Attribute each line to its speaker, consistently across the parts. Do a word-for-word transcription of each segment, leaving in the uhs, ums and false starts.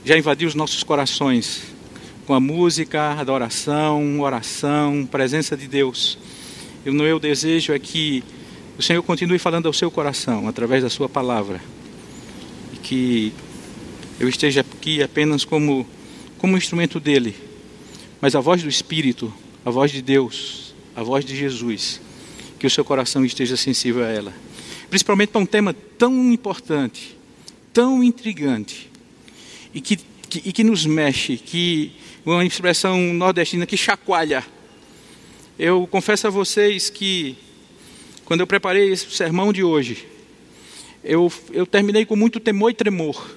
Speaker 1: já invadiu os nossos corações com a música, adoração, oração, presença de Deus. E o meu desejo é que o Senhor continue falando ao seu coração através da sua palavra, e que eu esteja aqui apenas como, como instrumento dele, mas a voz do Espírito, a voz de Deus, a voz de Jesus, que o seu coração esteja sensível a ela, principalmente para um tema tão importante, tão intrigante, e que, que, e que nos mexe, que uma expressão nordestina que chacoalha. Eu confesso a vocês que quando eu preparei esse sermão de hoje, eu, eu terminei com muito temor e tremor.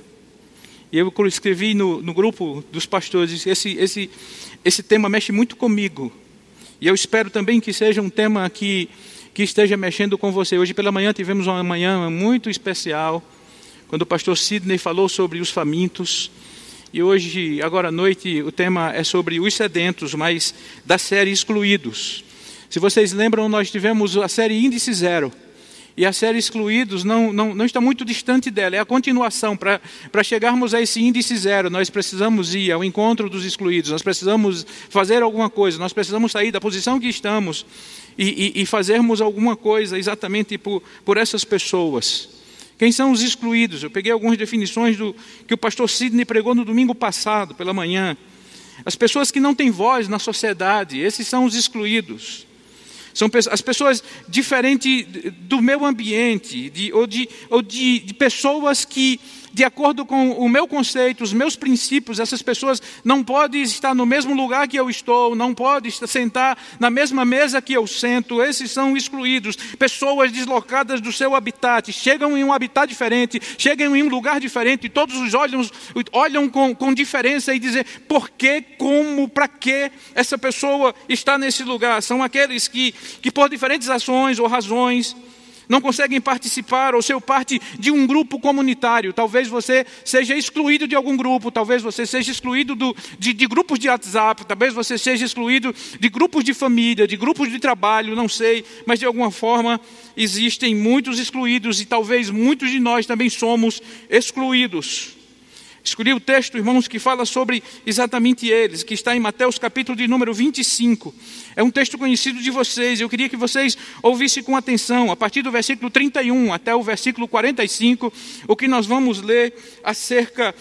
Speaker 1: E eu escrevi no, no grupo dos pastores, esse, esse, esse tema mexe muito comigo. E eu espero também que seja um tema que, que esteja mexendo com você. Hoje pela manhã tivemos uma manhã muito especial, quando o pastor Sidney falou sobre os famintos. E hoje, agora à noite, o tema é sobre os sedentos, mas da série Excluídos. Se vocês lembram, nós tivemos a série Índice Zero. E a série Excluídos não, não, não está muito distante dela, é a continuação. Para chegarmos a esse índice zero, nós precisamos ir ao encontro dos excluídos, nós precisamos fazer alguma coisa, nós precisamos sair da posição que estamos e, e, e fazermos alguma coisa exatamente por, por essas pessoas. Quem são os excluídos? Eu peguei algumas definições do que o pastor Sidney pregou no domingo passado, pela manhã. As pessoas que não têm voz na sociedade, esses são os excluídos. São as pessoas diferentes do meu ambiente, de, ou, de, ou de, de pessoas que, de acordo com o meu conceito, os meus princípios, essas pessoas não podem estar no mesmo lugar que eu estou, não podem sentar na mesma mesa que eu sento. Esses são excluídos, pessoas deslocadas do seu habitat, chegam em um habitat diferente, chegam em um lugar diferente, e todos os olham, olham com, com diferença e dizem, por que, como, para que essa pessoa está nesse lugar? São aqueles que, que por diferentes ações ou razões, não conseguem participar ou ser parte de um grupo comunitário. Talvez você seja excluído de algum grupo, talvez você seja excluído do, de, de grupos de WhatsApp, talvez você seja excluído de grupos de família, de grupos de trabalho, não sei, mas de alguma forma existem muitos excluídos e talvez muitos de nós também somos excluídos. Escolhi o texto, irmãos, que fala sobre exatamente eles, que está em Mateus capítulo de número vinte e cinco. É um texto conhecido de vocês, eu queria que vocês ouvissem com atenção, a partir do versículo trinta e um até o versículo quarenta e cinco, o que nós vamos ler acerca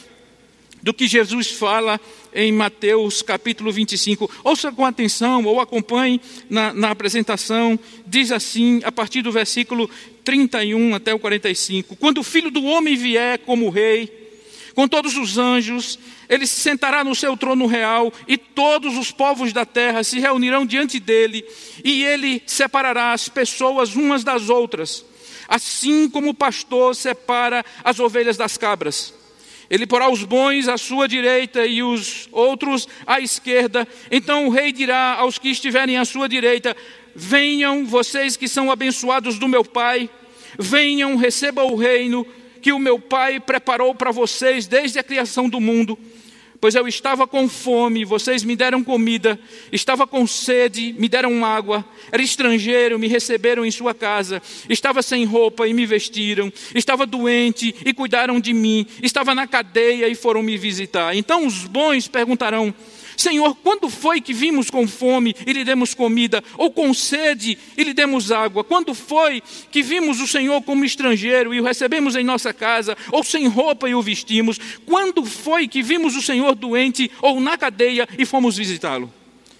Speaker 1: do que Jesus fala em Mateus capítulo vinte e cinco. Ouça com atenção ou acompanhe na, na apresentação. Diz assim, a partir do versículo trinta e um até o quarenta e cinco. Quando o Filho do Homem vier como rei, com todos os anjos, ele se sentará no seu trono real, e todos os povos da terra se reunirão diante dele, e ele separará as pessoas umas das outras, assim como o pastor separa as ovelhas das cabras. Ele porá os bons à sua direita e os outros à esquerda. Então o rei dirá aos que estiverem à sua direita, venham vocês que são abençoados do meu Pai, venham, recebam o reino que o meu Pai preparou para vocês desde a criação do mundo. Pois eu estava com fome, vocês me deram comida, estava com sede, me deram água, era estrangeiro, me receberam em sua casa, estava sem roupa e me vestiram, estava doente e cuidaram de mim, estava na cadeia e foram me visitar. Então os bons perguntarão, Senhor, quando foi que vimos com fome e lhe demos comida, ou com sede e lhe demos água? Quando foi que vimos o Senhor como estrangeiro e o recebemos em nossa casa, ou sem roupa e o vestimos? Quando foi que vimos o Senhor doente ou na cadeia e fomos visitá-lo?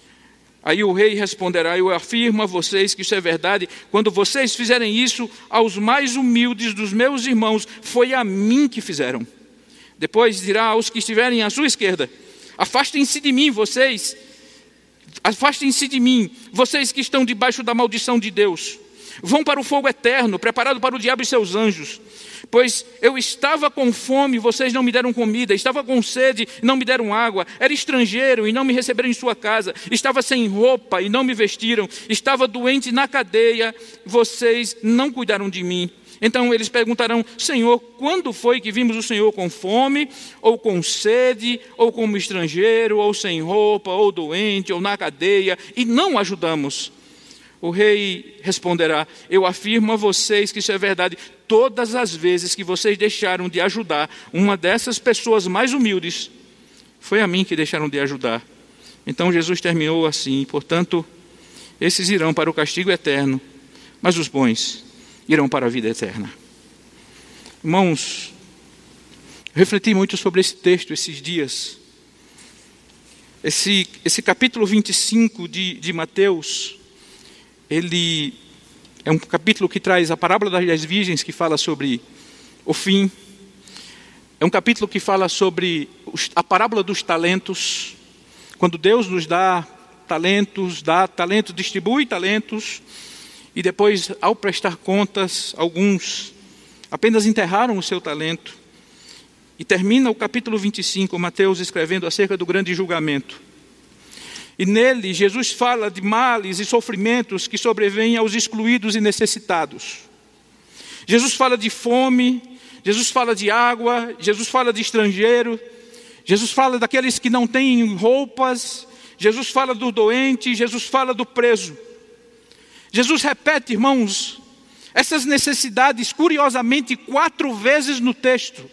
Speaker 1: Aí o rei responderá, eu afirmo a vocês que isso é verdade, quando vocês fizerem isso aos mais humildes dos meus irmãos, foi a mim que fizeram. Depois dirá aos que estiverem à sua esquerda, afastem-se de mim, vocês, afastem-se de mim, vocês que estão debaixo da maldição de Deus. Vão para o fogo eterno, preparado para o diabo e seus anjos. Pois eu estava com fome, vocês não me deram comida, estava com sede, não me deram água, era estrangeiro e não me receberam em sua casa, estava sem roupa e não me vestiram, estava doente na cadeia, vocês não cuidaram de mim. Então eles perguntarão, Senhor, quando foi que vimos o Senhor com fome, ou com sede, ou como estrangeiro, ou sem roupa, ou doente, ou na cadeia, e não ajudamos? O rei responderá, eu afirmo a vocês que isso é verdade, todas as vezes que vocês deixaram de ajudar uma dessas pessoas mais humildes, Foi a mim que deixaram de ajudar. Então Jesus terminou assim: portanto, esses irão para o castigo eterno, mas os bons irão para a vida eterna. Irmãos, refleti muito sobre esse texto esses dias. Esse, esse capítulo vinte e cinco de, de Mateus, ele é um capítulo que traz a parábola das dez virgens, que fala sobre o fim. É um capítulo que fala sobre os, a parábola dos talentos. Quando Deus nos dá talentos, dá talentos, distribui talentos, e depois, ao prestar contas, alguns apenas enterraram o seu talento. E termina o capítulo vinte e cinco, Mateus escrevendo acerca do grande julgamento. E nele, Jesus fala de males e sofrimentos que sobrevêm aos excluídos e necessitados. Jesus fala de fome, Jesus fala de água, Jesus fala de estrangeiro, Jesus fala daqueles que não têm roupas, Jesus fala do doente, Jesus fala do preso. Jesus repete, irmãos, essas necessidades, curiosamente, quatro vezes no texto.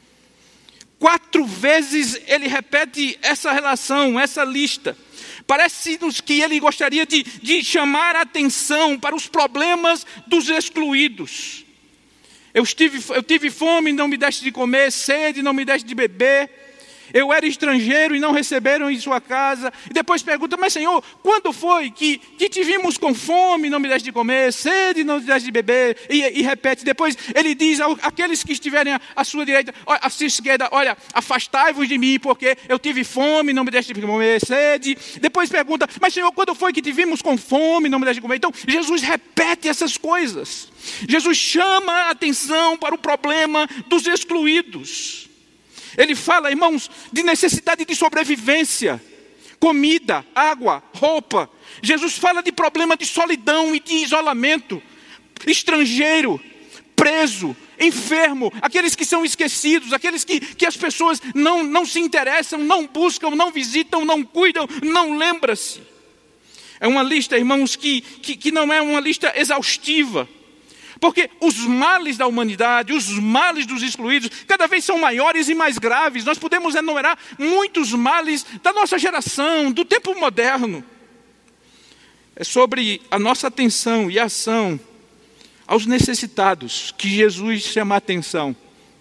Speaker 1: Quatro vezes ele repete essa relação, essa lista. Parece-nos que ele gostaria de, de chamar a atenção para os problemas dos excluídos. Eu tive, eu tive fome e não me deste de comer, sede e não me deste de beber. Eu era estrangeiro e não receberam em sua casa. E depois pergunta, mas Senhor, quando foi que, que te vimos com fome e não me deste de comer, sede e não me deste de beber? E, e repete, depois ele diz àqueles que estiverem à, à sua direita, à sua esquerda, olha, afastai-vos de mim, porque eu tive fome e não me deste de comer, sede. Depois pergunta, mas Senhor, quando foi que te vimos com fome e não me deste de comer? Então, Jesus repete essas coisas. Jesus chama a atenção para o problema dos excluídos. Ele fala, irmãos, de necessidade de sobrevivência, comida, água, roupa. Jesus fala de problema de solidão e de isolamento, estrangeiro, preso, enfermo, aqueles que são esquecidos, aqueles que, que as pessoas não, não se interessam, não buscam, não visitam, não cuidam, não lembram-se. É uma lista, irmãos, que, que, que não é uma lista exaustiva. Porque os males da humanidade, os males dos excluídos, cada vez são maiores e mais graves. Nós podemos enumerar muitos males da nossa geração, do tempo moderno. É sobre a nossa atenção e ação aos necessitados que Jesus chama a atenção.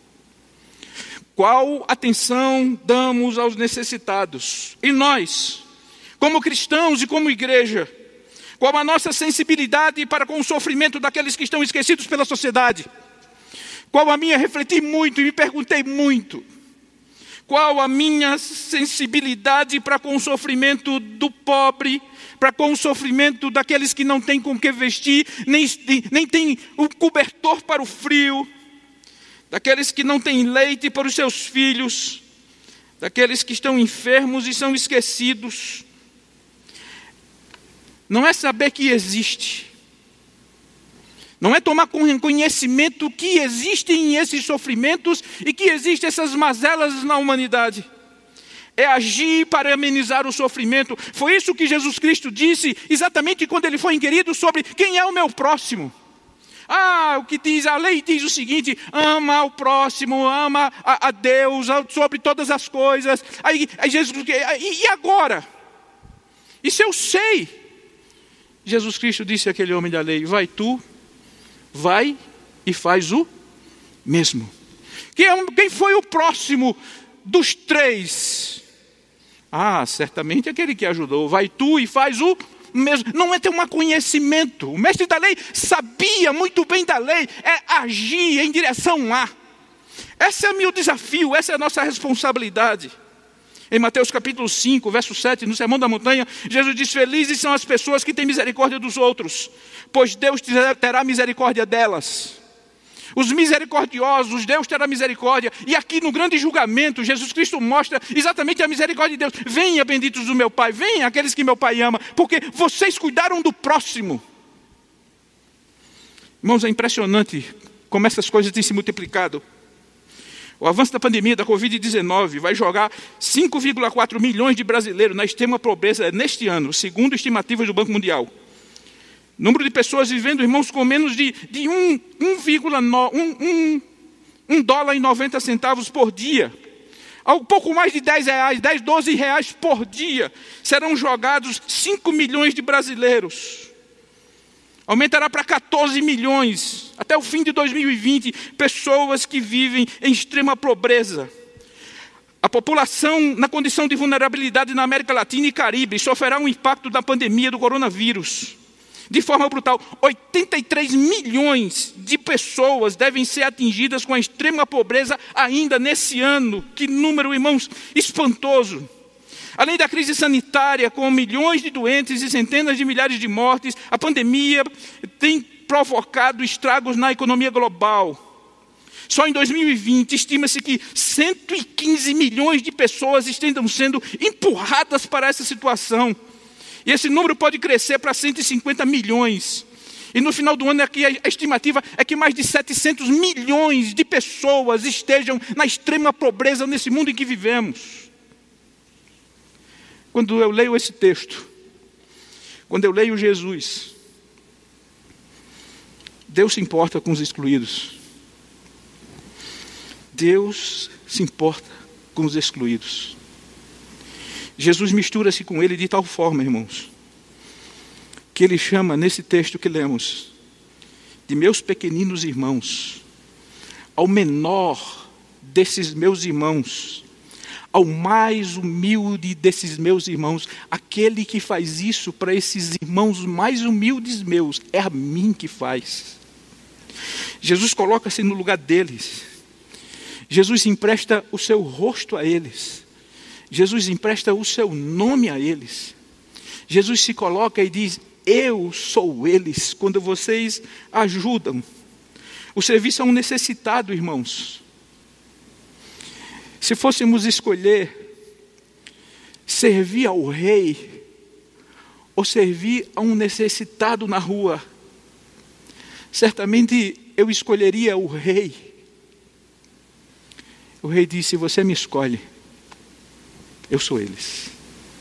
Speaker 1: Qual atenção damos aos necessitados? E nós, como cristãos e como igreja, qual a nossa sensibilidade para com o sofrimento daqueles que estão esquecidos pela sociedade? Qual a minha, refleti muito e me perguntei muito. Qual a minha sensibilidade para com o sofrimento do pobre, para com o sofrimento daqueles que não têm com que vestir, nem, nem têm um cobertor para o frio, daqueles que não têm leite para os seus filhos, daqueles que estão enfermos e são esquecidos. Não é saber que existe. Não é tomar conhecimento que existem esses sofrimentos e que existem essas mazelas na humanidade. É agir para amenizar o sofrimento. Foi isso que Jesus Cristo disse exatamente quando ele foi inquirido sobre quem é o meu próximo. Ah, o que diz, a lei diz o seguinte, ama o próximo, ama a, a Deus sobre todas as coisas. Aí, aí Jesus, e, e agora? Isso eu sei. Jesus Cristo disse àquele homem da lei, vai tu, vai e faz o mesmo. Quem foi o próximo dos três? Ah, certamente aquele que ajudou. Vai tu e faz o mesmo. Não é ter um conhecimento. O mestre da lei sabia muito bem da lei. É agir em direção a. Esse é o meu desafio, essa é a nossa responsabilidade. Em Mateus capítulo cinco, verso sete, no Sermão da Montanha, Jesus diz, felizes são as pessoas que têm misericórdia dos outros, pois Deus terá misericórdia delas. Os misericordiosos, Deus terá misericórdia. E aqui no grande julgamento, Jesus Cristo mostra exatamente a misericórdia de Deus. Venha, benditos do meu Pai, venha aqueles que meu Pai ama, porque vocês cuidaram do próximo. Irmãos, é impressionante como essas coisas têm se multiplicado. O avanço da pandemia da covid dezenove vai jogar cinco vírgula quatro milhões de brasileiros na extrema pobreza neste ano, segundo estimativas do Banco Mundial. Número de pessoas vivendo, irmãos, com menos de, de um, um, um, um dólar e noventa centavos por dia. Ao pouco mais de dez reais, dez, doze reais por dia, serão jogados cinco milhões de brasileiros. Aumentará para quatorze milhões, até o fim de dois mil e vinte, pessoas que vivem em extrema pobreza. A população na condição de vulnerabilidade na América Latina e Caribe sofrerá um impacto da pandemia do coronavírus. De forma brutal, oitenta e três milhões de pessoas devem ser atingidas com a extrema pobreza ainda nesse ano. Que número, irmãos, espantoso. Além da crise sanitária, com milhões de doentes e centenas de milhares de mortes, a pandemia tem provocado estragos na economia global. Só em dois mil e vinte, estima-se que cento e quinze milhões de pessoas estejam sendo empurradas para essa situação. E esse número pode crescer para cento e cinquenta milhões. E no final do ano, aqui, a estimativa é que mais de setecentos milhões de pessoas estejam na extrema pobreza nesse mundo em que vivemos. Quando eu leio esse texto, quando eu leio Jesus, Deus se importa com os excluídos. Deus se importa com os excluídos. Jesus mistura-se com ele de tal forma, irmãos, que ele chama, nesse texto que lemos, de meus pequeninos irmãos, ao menor desses meus irmãos, ao mais humilde desses meus irmãos. Aquele que faz isso para esses irmãos mais humildes meus, é a mim que faz. Jesus coloca-se no lugar deles. Jesus empresta o seu rosto a eles. Jesus empresta o seu nome a eles. Jesus se coloca e diz: eu sou eles, quando vocês ajudam. O serviço a um necessitado, irmãos. Se fôssemos escolher servir ao rei ou servir a um necessitado na rua, certamente eu escolheria o rei. O rei disse: você me escolhe, eu sou eles.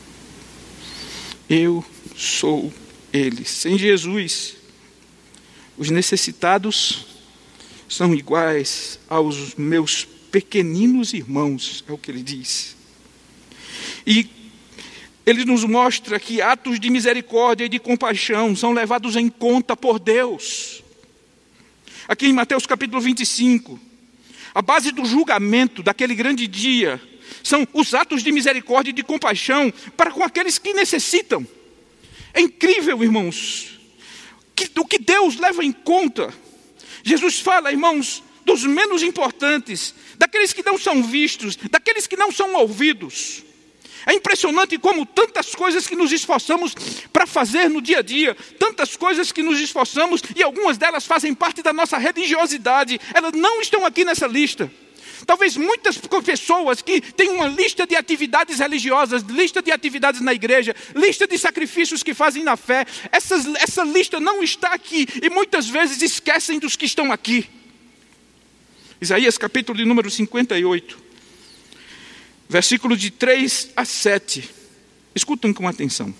Speaker 1: Eu sou eles. Sem Jesus, os necessitados são iguais aos meus pequeninos irmãos, é o que ele diz. E ele nos mostra que atos de misericórdia e de compaixão são levados em conta por Deus. Aqui em Mateus capítulo vinte e cinco, a base do julgamento daquele grande dia são os atos de misericórdia e de compaixão para com aqueles que necessitam. É incrível, irmãos, que, o que Deus leva em conta. Jesus fala, irmãos, dos menos importantes, daqueles que não são vistos, daqueles que não são ouvidos. É impressionante como tantas coisas que nos esforçamos para fazer no dia a dia, tantas coisas que nos esforçamos, e algumas delas fazem parte da nossa religiosidade, elas não estão aqui nessa lista. Talvez muitas pessoas que têm uma lista de atividades religiosas, lista de atividades na igreja, lista de sacrifícios que fazem na fé, essas, essa lista não está aqui, e muitas vezes esquecem dos que estão aqui. Isaías capítulo de número cinquenta e oito, versículo de três a sete. Escutem com atenção.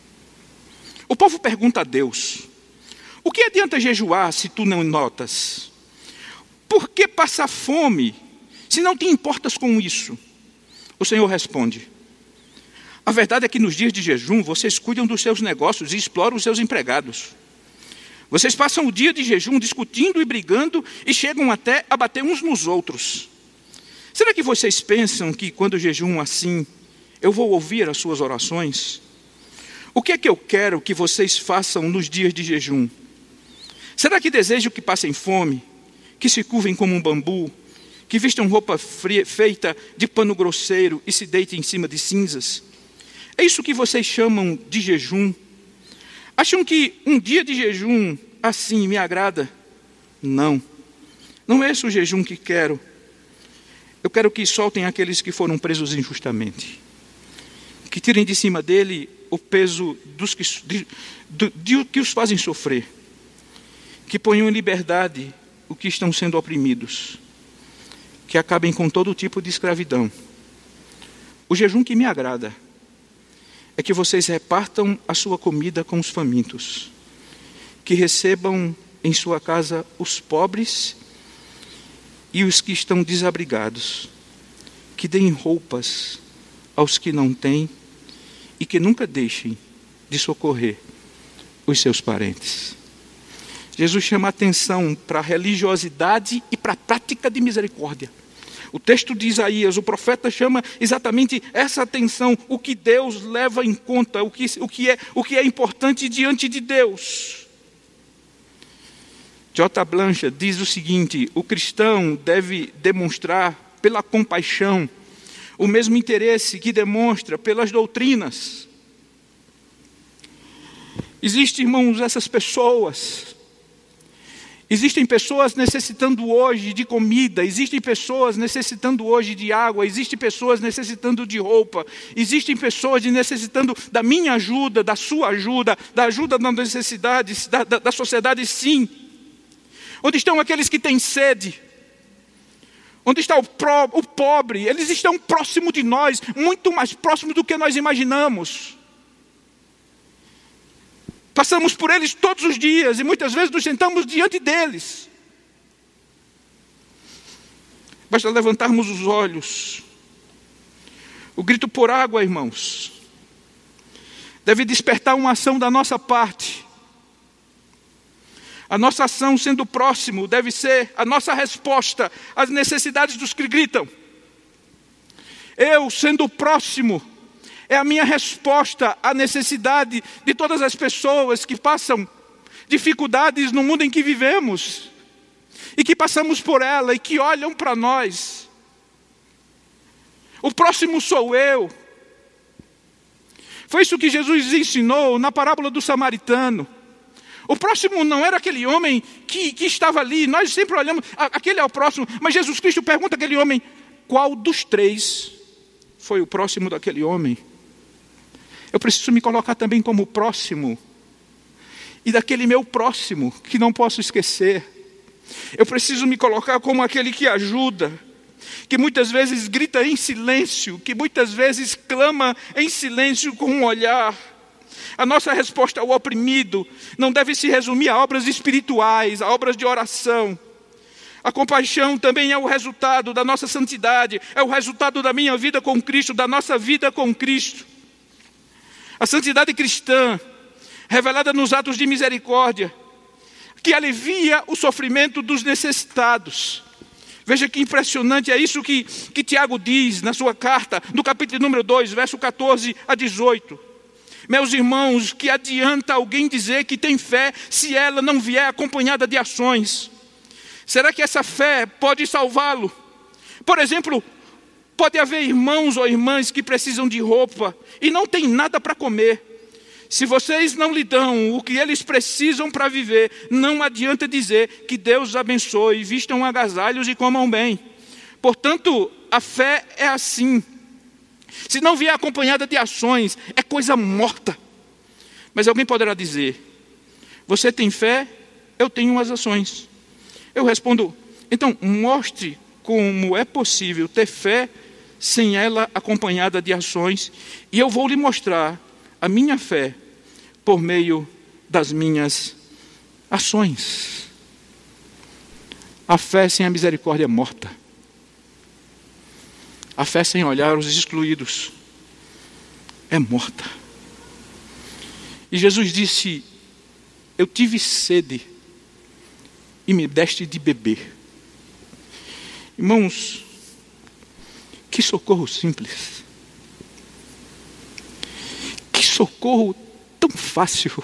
Speaker 1: O povo pergunta a Deus: o que adianta jejuar se tu não notas? Por que passar fome se não te importas com isso? O Senhor responde: a verdade é que nos dias de jejum vocês cuidam dos seus negócios e exploram os seus empregados. Vocês passam o dia de jejum discutindo e brigando e chegam até a bater uns nos outros. Será que vocês pensam que quando jejum assim, eu vou ouvir as suas orações? O que é que eu quero que vocês façam nos dias de jejum? Será que desejo que passem fome, que se curvem como um bambu, que vistam roupa fria, feita de pano grosseiro e se deitem em cima de cinzas? É isso que vocês chamam de jejum? Acham que um dia de jejum assim me agrada? Não, não é esse o jejum que quero. Eu quero que soltem aqueles que foram presos injustamente, que tirem de cima dele o peso dos que, de, de, de, que os fazem sofrer, que ponham em liberdade os que estão sendo oprimidos, que acabem com todo tipo de escravidão. O jejum que me agrada é que vocês repartam a sua comida com os famintos, que recebam em sua casa os pobres e os que estão desabrigados, que deem roupas aos que não têm e que nunca deixem de socorrer os seus parentes. Jesus chama a atenção para a religiosidade e para a prática de misericórdia. O texto de Isaías, o profeta chama exatamente essa atenção, o que Deus leva em conta, o que, o que, é, o que é importante diante de Deus. J. Blanchard diz o seguinte: o cristão deve demonstrar pela compaixão o mesmo interesse que demonstra pelas doutrinas. Existem, irmãos, essas pessoas. Existem pessoas necessitando hoje de comida, existem pessoas necessitando hoje de água, existem pessoas necessitando de roupa, existem pessoas necessitando da minha ajuda, da sua ajuda, da ajuda das necessidades da, da, da sociedade, sim. Onde estão aqueles que têm sede? Onde está o, pro, o pobre? Eles estão próximo de nós, muito mais próximo do que nós imaginamos. Passamos por eles todos os dias e muitas vezes nos sentamos diante deles. Basta levantarmos os olhos. O grito por água, irmãos, deve despertar uma ação da nossa parte. A nossa ação, sendo próximo, deve ser a nossa resposta às necessidades dos que gritam. Eu, sendo próximo, é a minha resposta à necessidade de todas as pessoas que passam dificuldades no mundo em que vivemos e que passamos por ela e que olham para nós. O próximo sou eu. Foi isso que Jesus ensinou na parábola do samaritano. O próximo não era aquele homem que, que estava ali. Nós sempre olhamos, aquele é o próximo. Mas Jesus Cristo pergunta àquele homem: qual dos três foi o próximo daquele homem? Eu preciso me colocar também como próximo. E daquele meu próximo, que não posso esquecer. Eu preciso me colocar como aquele que ajuda, que muitas vezes grita em silêncio, que muitas vezes clama em silêncio com um olhar. A nossa resposta ao oprimido não deve se resumir a obras espirituais, a obras de oração. A compaixão também é o resultado da nossa santidade, é o resultado da minha vida com Cristo, da nossa vida com Cristo. A santidade cristã, revelada nos atos de misericórdia, que alivia o sofrimento dos necessitados. Veja que impressionante, é isso que, que Tiago diz na sua carta, no capítulo número dois, verso catorze a dezoito. Meus irmãos, que adianta alguém dizer que tem fé se ela não vier acompanhada de ações? Será que essa fé pode salvá-lo? Por exemplo, pode haver irmãos ou irmãs que precisam de roupa e não tem nada para comer. Se vocês não lhe dão o que eles precisam para viver, não adianta dizer que Deus os abençoe, vistam agasalhos e comam bem. Portanto, a fé é assim. Se não vier acompanhada de ações, é coisa morta. Mas alguém poderá dizer: você tem fé, eu tenho as ações. Eu respondo: então mostre como é possível ter fé sem ela acompanhada de ações, e eu vou lhe mostrar a minha fé por meio das minhas ações. A fé sem a misericórdia é morta. A fé sem olhar os excluídos é morta. E Jesus disse: eu tive sede e me deste de beber. Irmãos, que socorro simples. Que socorro tão fácil.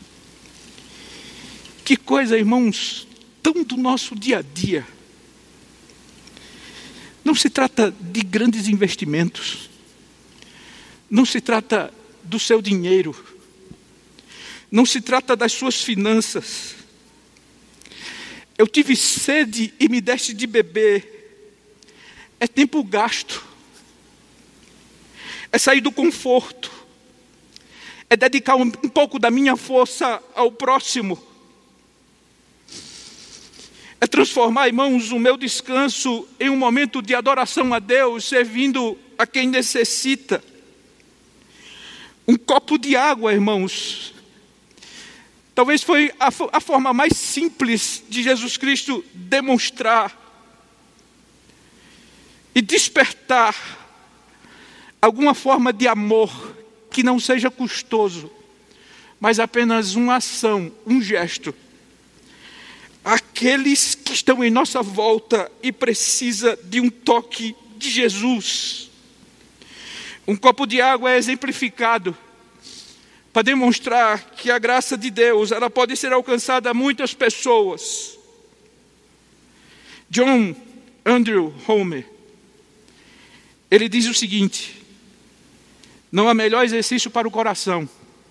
Speaker 1: Que coisa, irmãos, tão do nosso dia a dia. Não se trata de grandes investimentos. Não se trata do seu dinheiro. Não se trata das suas finanças. Eu tive sede e me deste de beber. É tempo gasto. É sair do conforto. É dedicar um, um pouco da minha força ao próximo. É transformar, irmãos, o meu descanso em um momento de adoração a Deus, servindo a quem necessita. Um copo de água, irmãos. Talvez foi a, a forma mais simples de Jesus Cristo demonstrar e despertar alguma forma de amor que não seja custoso, mas apenas uma ação, um gesto. Aqueles que estão em nossa volta e precisa de um toque de Jesus. Um copo de água é exemplificado para demonstrar que a graça de Deus, ela pode ser alcançada a muitas pessoas. John Andrew Homer, ele diz o seguinte: não há melhor exercício para o coração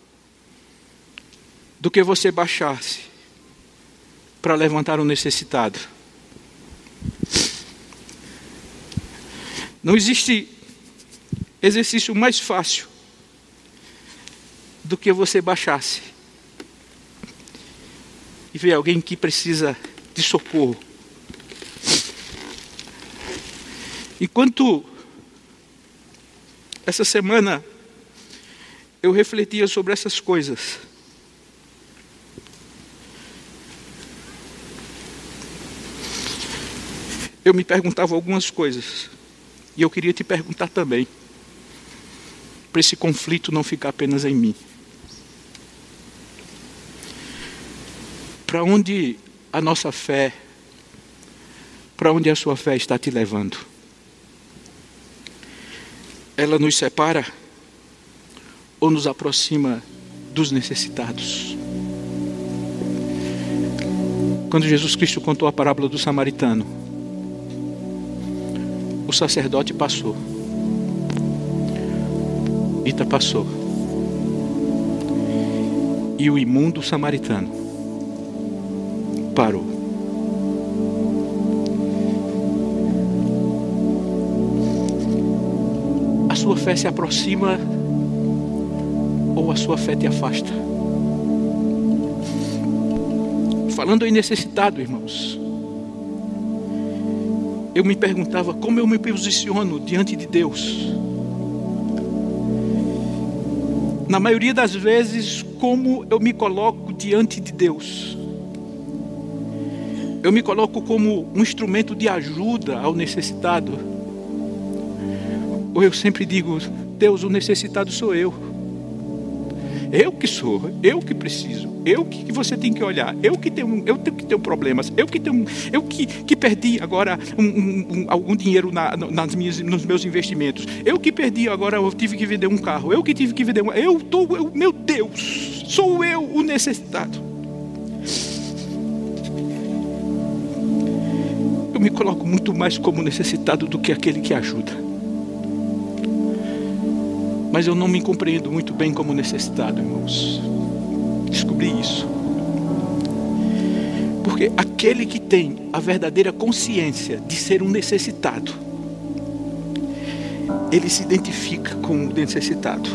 Speaker 1: do que você baixar-se para levantar o necessitado. Não existe exercício mais fácil do que você baixar-se e ver alguém que precisa de socorro. Enquanto essa semana eu refletia sobre essas coisas, eu me perguntava algumas coisas, e eu queria te perguntar também, para esse conflito não ficar apenas em mim. Para onde a nossa fé, para onde a sua fé está te levando? Ela nos separa ou nos aproxima dos necessitados? Quando Jesus Cristo contou a parábola do samaritano, o sacerdote passou, Ita passou, e o imundo samaritano parou. A sua fé se aproxima ou a sua fé te afasta? Falando em necessitado, irmãos, eu me perguntava como eu me posiciono diante de Deus. Na maioria das vezes, como eu me coloco diante de Deus? Eu me coloco como um instrumento de ajuda ao necessitado? Ou eu sempre digo: Deus, o necessitado sou eu. Eu que sou, eu que preciso, eu que você tem que olhar, eu que tenho, eu tenho que ter problemas, eu que tenho, eu que, que perdi agora um, um, um, algum dinheiro na, nas minhas, nos meus investimentos, eu que perdi agora, eu tive que vender um carro, eu que tive que vender um, eu tô, eu, meu Deus, sou eu o necessitado. Eu me coloco muito mais como necessitado do que aquele que ajuda. Mas eu não me compreendo muito bem como necessitado, irmãos. Descobri isso. Porque aquele que tem a verdadeira consciência de ser um necessitado, ele se identifica com o necessitado.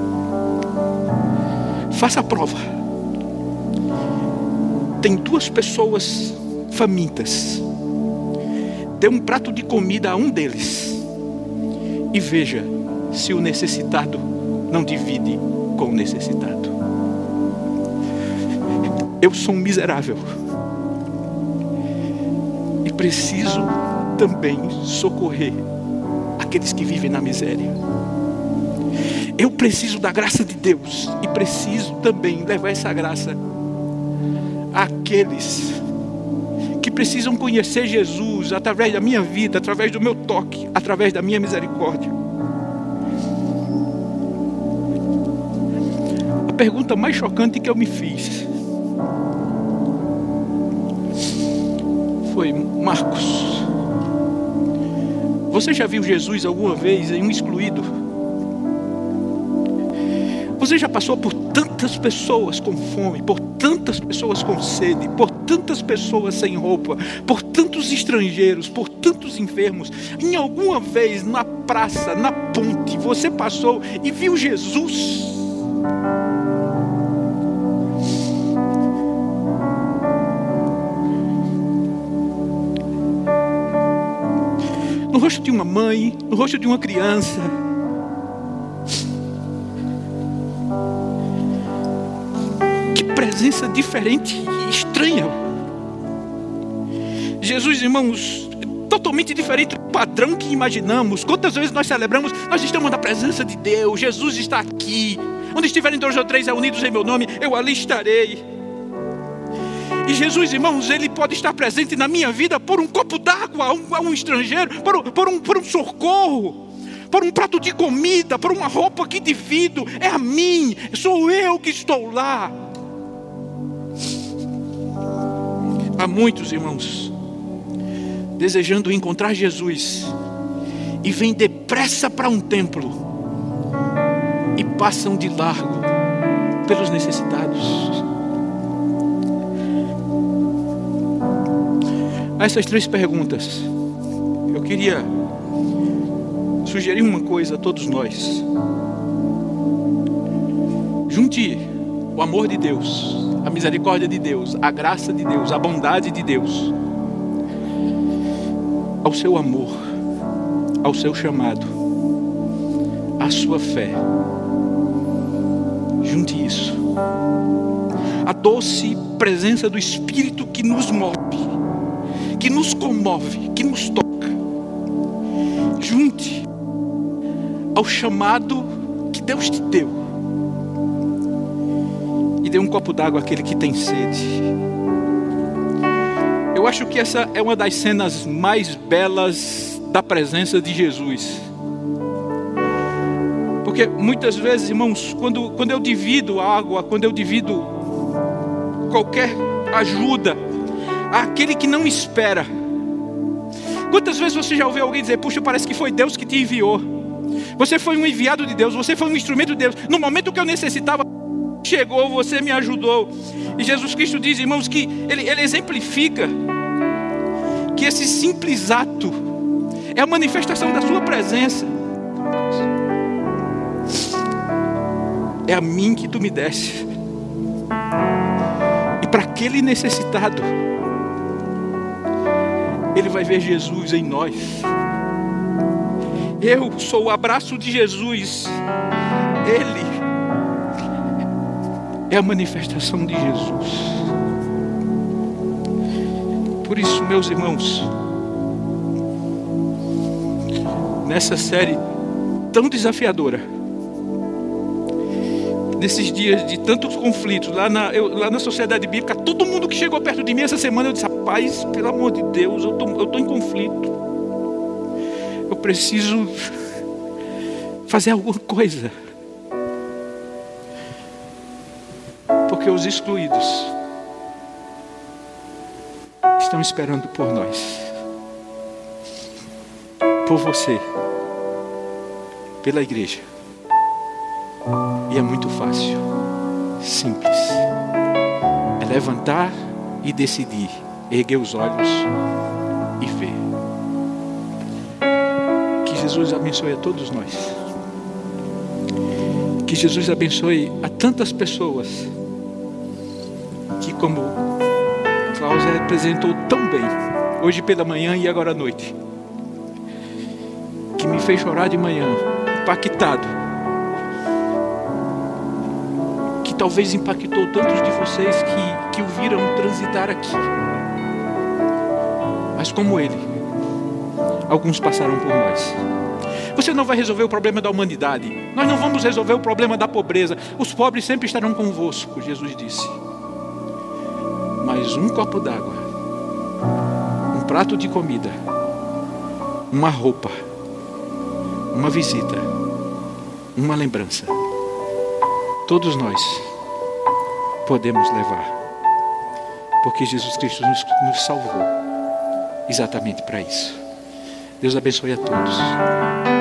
Speaker 1: Faça a prova. Tem duas pessoas famintas. Dê um prato de comida a um deles e veja se o necessitado não divide com o necessitado. Eu sou um miserável e preciso também socorrer aqueles que vivem na miséria. Eu preciso da graça de Deus e preciso também levar essa graça àqueles que precisam conhecer Jesus através da minha vida, através do meu toque, através da minha misericórdia. A pergunta mais chocante que eu me fiz foi: Marcos, você já viu Jesus alguma vez em um excluído? Você já passou por tantas pessoas com fome, por tantas pessoas com sede, por tantas pessoas sem roupa, por tantos estrangeiros, por tantos enfermos? Em alguma vez na praça, na ponte, você passou e viu Jesus? No rosto de uma mãe, no rosto de uma criança. Que presença diferente e estranha. Jesus, irmãos, totalmente diferente do padrão que imaginamos. Quantas vezes nós celebramos, nós estamos na presença de Deus, Jesus está aqui. Onde estiverem dois ou três reunidos em meu nome, eu ali estarei. E Jesus, irmãos, Ele pode estar presente na minha vida por um copo d'água a um, a um estrangeiro, por, por, um, por um socorro, por um prato de comida, por uma roupa que divido. É a mim, sou eu que estou lá. Há muitos, irmãos, desejando encontrar Jesus e vêm depressa para um templo e passam de largo pelos necessitados. Essas três perguntas, eu queria sugerir uma coisa a todos nós. Junte o amor de Deus, a misericórdia de Deus, a graça de Deus, a bondade de Deus ao seu amor, ao seu chamado, à sua fé. Junte isso. A doce presença do Espírito que nos move, que nos comove, que nos toca. Junte ao chamado que Deus te deu e dê um copo d'água àquele que tem sede. Eu acho que essa é uma das cenas mais belas da presença de Jesus. Porque muitas vezes, irmãos, quando, quando eu divido água, quando eu divido qualquer ajuda àquele que não espera. Quantas vezes você já ouviu alguém dizer: puxa, parece que foi Deus que te enviou. Você foi um enviado de Deus, você foi um instrumento de Deus. No momento que eu necessitava, chegou, você me ajudou. E Jesus Cristo diz, irmãos, que ele, ele exemplifica que esse simples ato é a manifestação da sua presença. É a mim que tu me deste. E para aquele necessitado, ele vai ver Jesus em nós. Eu sou o abraço de Jesus. Ele é a manifestação de Jesus. Por isso, meus irmãos, nessa série tão desafiadora, nesses dias de tantos conflitos, lá na, eu, lá na sociedade bíblica, todo mundo que chegou perto de mim essa semana, eu disse: rapaz, pelo amor de Deus, eu tô, eu tô em conflito. Eu preciso fazer alguma coisa. Porque os excluídos estão esperando por nós, por você, pela igreja. E é muito fácil, simples. É levantar e decidir, erguer os olhos e ver. Que Jesus abençoe a todos nós. Que Jesus abençoe a tantas pessoas que, como Cláudia representou tão bem, hoje pela manhã e agora à noite, que me fez chorar de manhã, impactado, que talvez impactou tantos de vocês que, que o viram transitar aqui. Mas como ele, alguns passaram por nós. Você não vai resolver o problema da humanidade. Nós não vamos resolver o problema da pobreza. Os pobres sempre estarão convosco, Jesus disse. Mas um copo d'água, um prato de comida, uma roupa, uma visita, uma lembrança, todos nós podemos levar, porque Jesus Cristo nos, nos salvou exatamente para isso. Deus abençoe a todos.